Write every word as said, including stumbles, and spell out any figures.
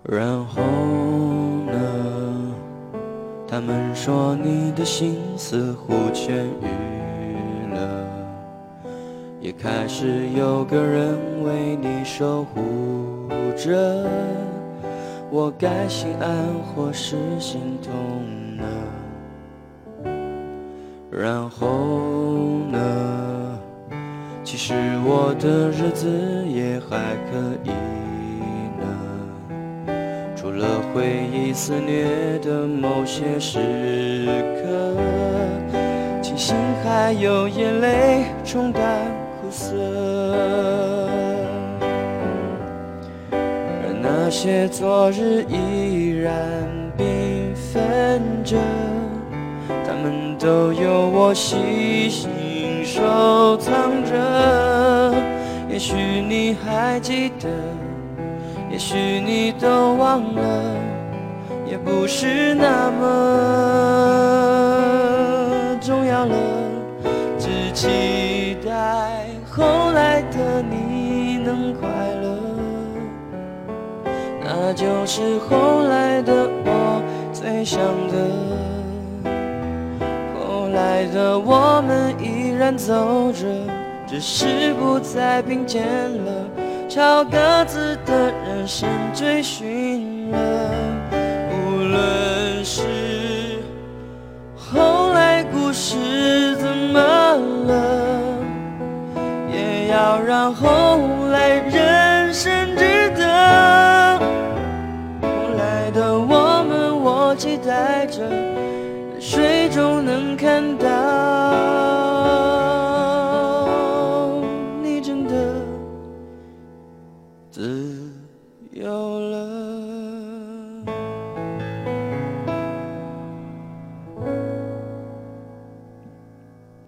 然后呢？他们说你的心似乎痊愈了，也开始有个人为你守护着。我该心安或是心痛呢？然后呢？其实我的日子也还可以呢，除了回忆肆虐的某些时刻，庆幸还有眼泪冲淡苦涩。而那些昨日依然缤纷着，他们都有我细心收藏着。也许你还记得，也许你都忘了，也不是那么重要了。只期待后来的你能快乐，那就是后来的我最想的。后来的我们依然走着，只是不再并肩了，朝各自的人生追寻了。无论是后来故事怎么了，也要让后来人生值得。后来的我们，我期待着水中能看到你真的自由了。